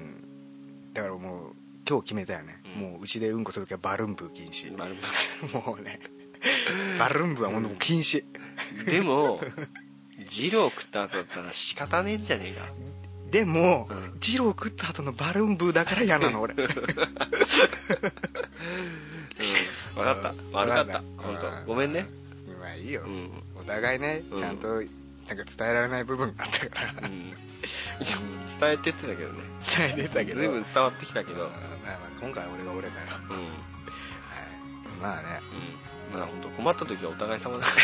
だからもう今日決めたよね、うん、もううちでうんこするときはバルーン部禁止。 バルーン部もうねバルーン部はもう禁止、 うん、でもジロー食った後だったら仕方ねえんじゃねえか。 でも、うん、ジロー食った後のバルーン部だから嫌なの俺、うん、分かった悪かった本当ごめんね。 まあいいよ、うん、お互いねちゃんとなんか伝えられない部分があったから、うん、いや伝えてってたけどね。 伝えてたけど随分伝わってきたけど、まあ、 まあ今回は俺が折れたよ、うんはい、まあね、 うん、まあ本当困った時はお互い様だ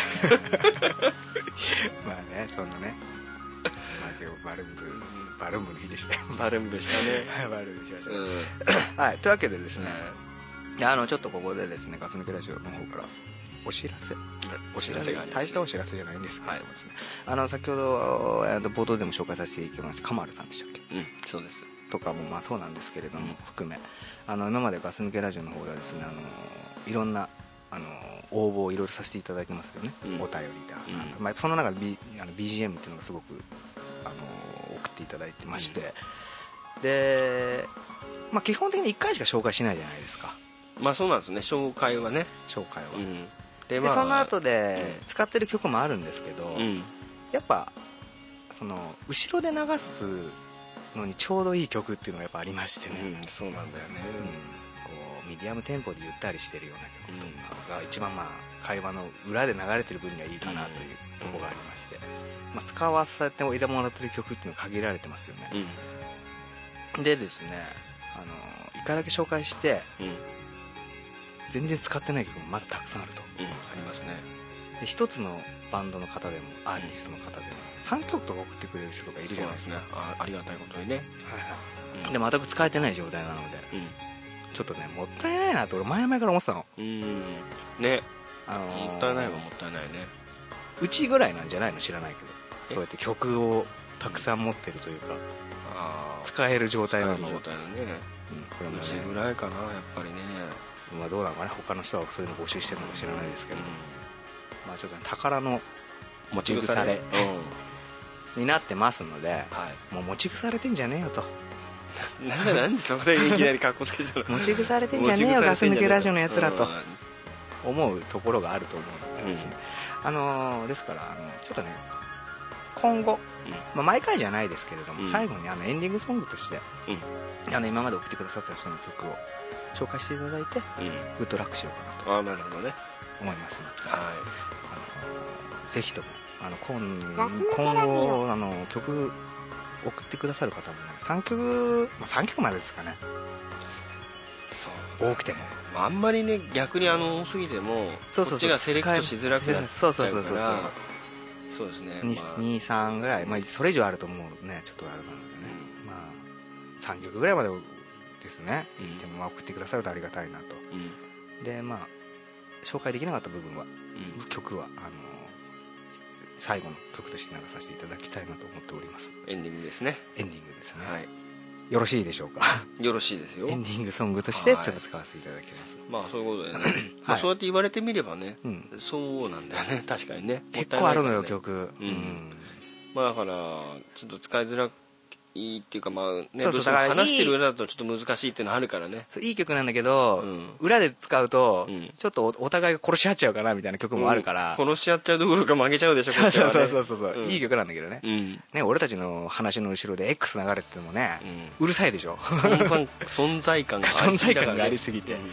まあねそんなねまあでもバルーン部バルーン部の日でしたよ。 バルーン部したねバルーン部しましたね、うん、はいというわけでですね、うん、あのちょっとここでですねガス抜けラジオの方からお知らせ、 お知らせが大したお知らせじゃないんですけどもですね、はい、あの先ほど冒頭でも紹介させていただきましたカマルさんでしたっけ、 うんそうですとかもまあそうなんですけれども、うん、含めあの今までガス抜けラジオの方ではですねあのいろんなあの応募をいろいろさせていただいてますよね、うん、お便りだ、うんまあ、その中で、B、あの ビージーエム っていうのがすごくあの送っていただいてまして、うん、で、まあ、基本的にいっかいしか紹介しないじゃないですか。 まあそうなんですね紹介はね紹介は、うん、 で、 まあ、でその後で使ってる曲もあるんですけど、うん、やっぱその後ろで流すのにちょうどいい曲っていうのがやっぱありましてね、 うん、そうなんだよね、 うん、こうミディアムテンポでゆったりしてるような曲とかが一番まあ会話の裏で流れてる分にはいいかなというところがありまして、まあ、使わせてもらってる曲っていうのは限られてますよね、うん、でですねあのいっかいだけ紹介して、うん、全然使ってない曲もまだたくさんあると、 うん、ありますね。 で一つのバンドの方でもアーティストの方でもさんきょくとか送ってくれる人とかいるじゃないですか。 そうですね、 あ, ありがたいことにね、はいはい、うん、で全く使えてない状態なので、うん、ちょっとねもったいないなと俺前々から思ってたの。 うんね、あのー、もったいないはもったいないね。 うちぐらいなんじゃないの知らないけど、そうやって曲をたくさん持ってるというか、 使える状態なの。 使える状態のね、 うん、これもね、 うちぐらいかなやっぱりね。 まあどうなのかね、他の人はそういうの募集してるのか知らないですけど、うん、まあちょっと、ね、宝の持ち腐れ、うん、になってますので、はい、もう持ち腐れてんじゃねえよと。 なんでなんでそこでいきなり格好つけてるの。 持ち腐れてんじゃねえよガス抜けラジオのやつらと思うところがあると思うので、うん、あのー、ですからあのちょっとね今後、うん、まあ、毎回じゃないですけれども、うん、最後にあのエンディングソングとして、うん、あの今まで送ってくださった人の曲を紹介していただいて、うん、グッドラックしようかなと。 あ、なるほどね、 思いますので、 はい、 あのぜひともあの 今, 今後あの曲送ってくださる方も、ね、さんきょく、まあ、さんきょくまでですかね。そう多くてもあんまりね逆にあの多すぎてもこっちがセレクトしづらくなっちゃうからそうですね、 まあ、に、さんぐらい、まあ、それ以上あると思うねちょっとあれなのでね、うん、まあさんきょくぐらいまでですね、うん、でもまあ送ってくださるとありがたいなと、うん、でまあ紹介できなかった部分は、うん、曲はあの最後の曲として流させていただきたいなと思っております。 エンディングですね。 エンディングですね、 はい、 よろしいでしょうか。 よろしいですよ。 エンディングソングとしてちょっと使わせていただきます。 まあそういうことでね、はい、まあそうやって言われてみればね、うん、そうなんだよね確かにね。 結構あるのよ曲、 うんうん、まあだからちょっと使いづらいいっていうかまあね、 そうそうだから話してる裏だとちょっと難しいっていうのあるからね。 そういい曲なんだけど、うん、裏で使うと、うん、ちょっと お, お互いが殺し合っちゃうかなみたいな曲もあるから、 うん、殺し合っちゃうどころか負けちゃうでしょこっちはね。 そうそうそうそう、うん、いい曲なんだけどね、 うん、 ね俺たちの話の後ろで X 流れててもね、うん、うるさいでしょ。 存, 存在感がありすぎ、ね、 存在感がありすぎて、うん、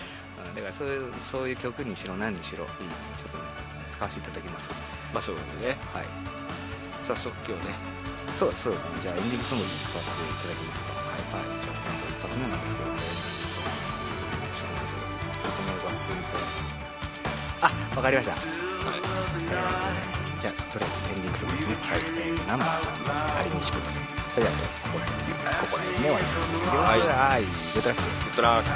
だからそういうそういう曲にしろ何にしろ、うん、ちょっとね使わせていただきます。 まあそういうことね。はい。早速今日ね。 そうそうですね。じゃあエンディングソングに使わせていただきますか。はいはい。じゃあ今度一発目なんですけども、エンディングソング紹介する。音のが全然。あ、わかりました。はい。えー、じゃあとりあえずエンディングソングですね。はい。えー、ナンバーさんの仮にしくです。それではここら辺ここら辺で終わります。はい。はい。グッドラック。 グッドラック。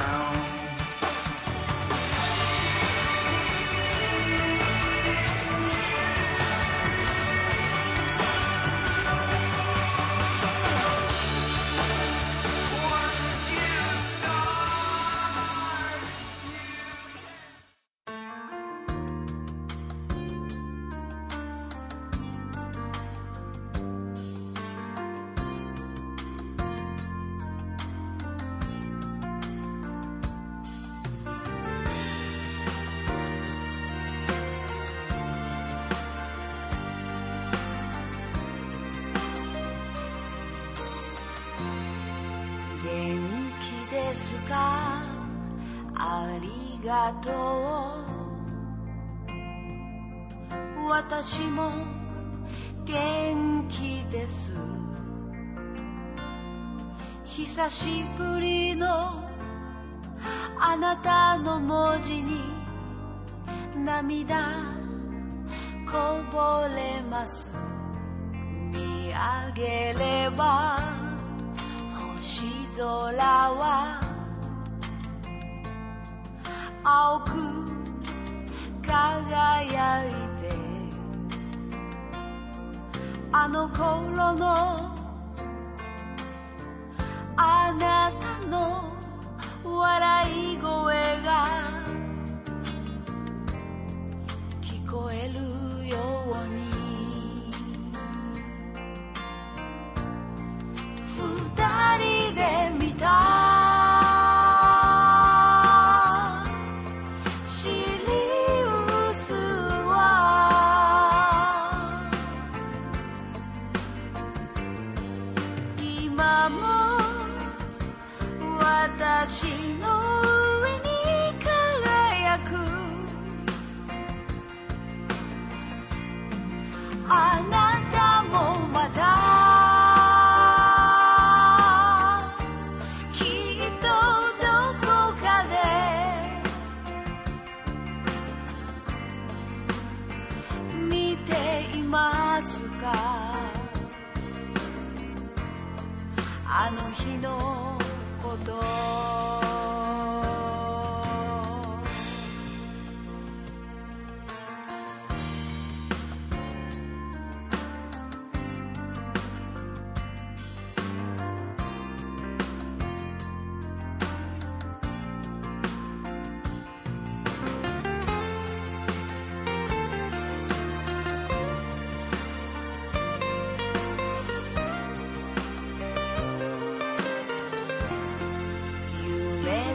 私も元気です。久しぶりのあなたの文字に涙こぼれます。見上げれば星空は青く輝いて、あの頃のあなたの笑い声が聞こえるように、二人で見た私の上に輝く、あなたもまたきっとどこかで見ていますか、あの日のこと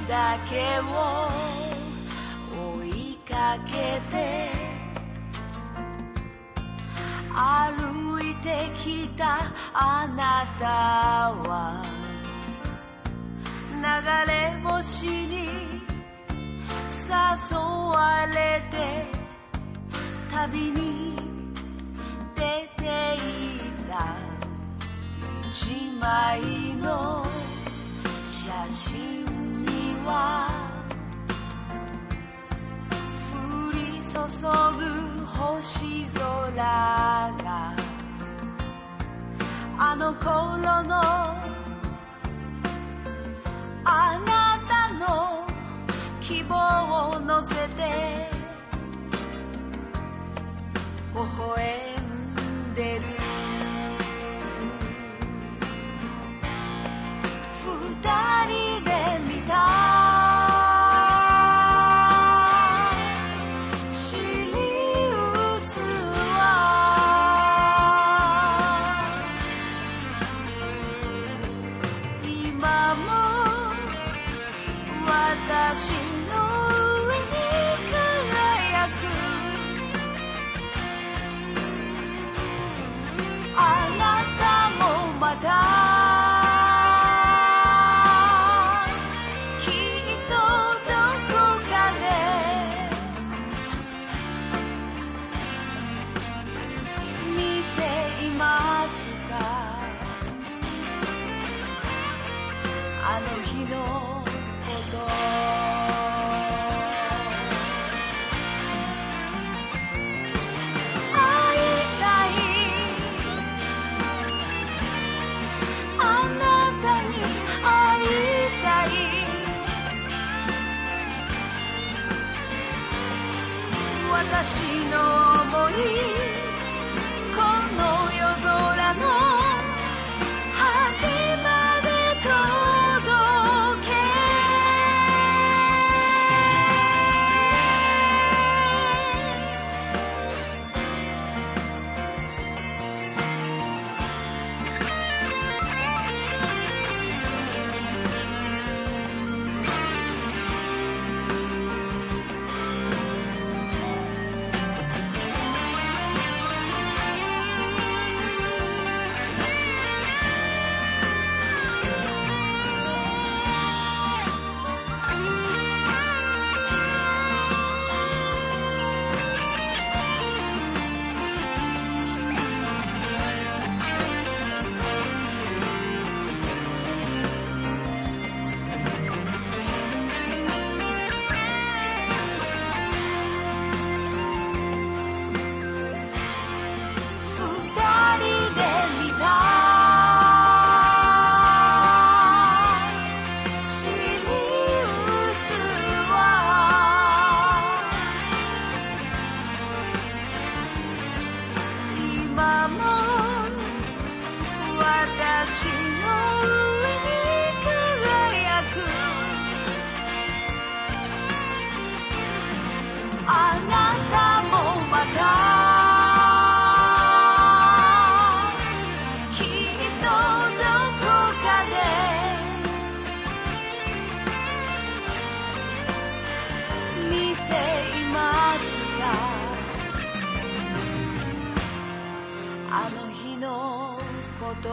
だけを追いかけて歩いてきたあなたは流れ星に誘われて旅に出ていた一枚の写真には降り注ぐ星空があの頃のあなたの希望を乗せて微笑んでる二人で見たシリウスは今も私の上に輝くあなたもまたあの日のこと会いたいあなたに会いたい私の想いこの夜空の果てまであの日のこと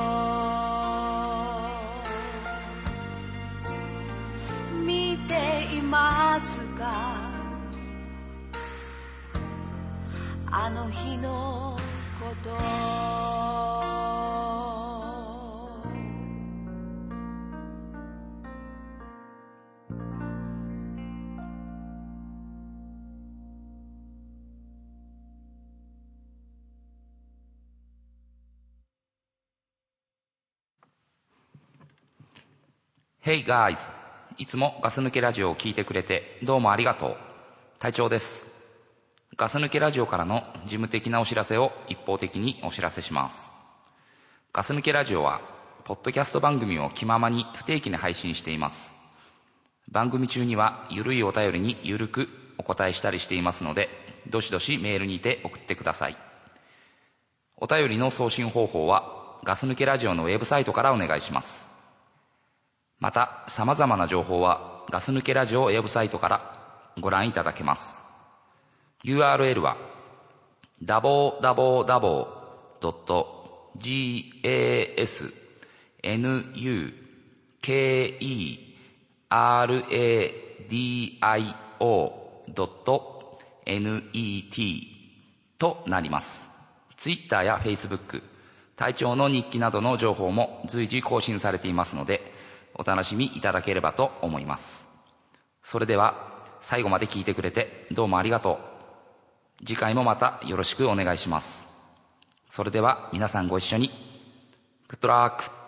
見ていますかあの日のこと Hey guys! いつもガス抜けラジオを聞いてくれてどうもありがとう。隊長です。ガス抜けラジオからの事務的なお知らせを一方的にお知らせします。ガス抜けラジオはポッドキャスト番組を気ままに不定期に配信しています。番組中にはゆるいお便りにゆるくお答えしたりしていますので、どしどしメールにて送ってください。お便りの送信方法はガス抜けラジオのウェブサイトからお願いします。また、様々な情報はガス抜けラジオウェブサイトからご覧いただけます。 ユーアールエル は ダブリューダブリューダブリュードットガス抜けラジオドットネット となります。ツイッターやフェイスブック、隊長の日記などの情報も随時更新されていますので、お楽しみいただければと思います。それでは最後まで聞いてくれてどうもありがとう。次回もまたよろしくお願いします。それでは皆さんご一緒に。グッドラック。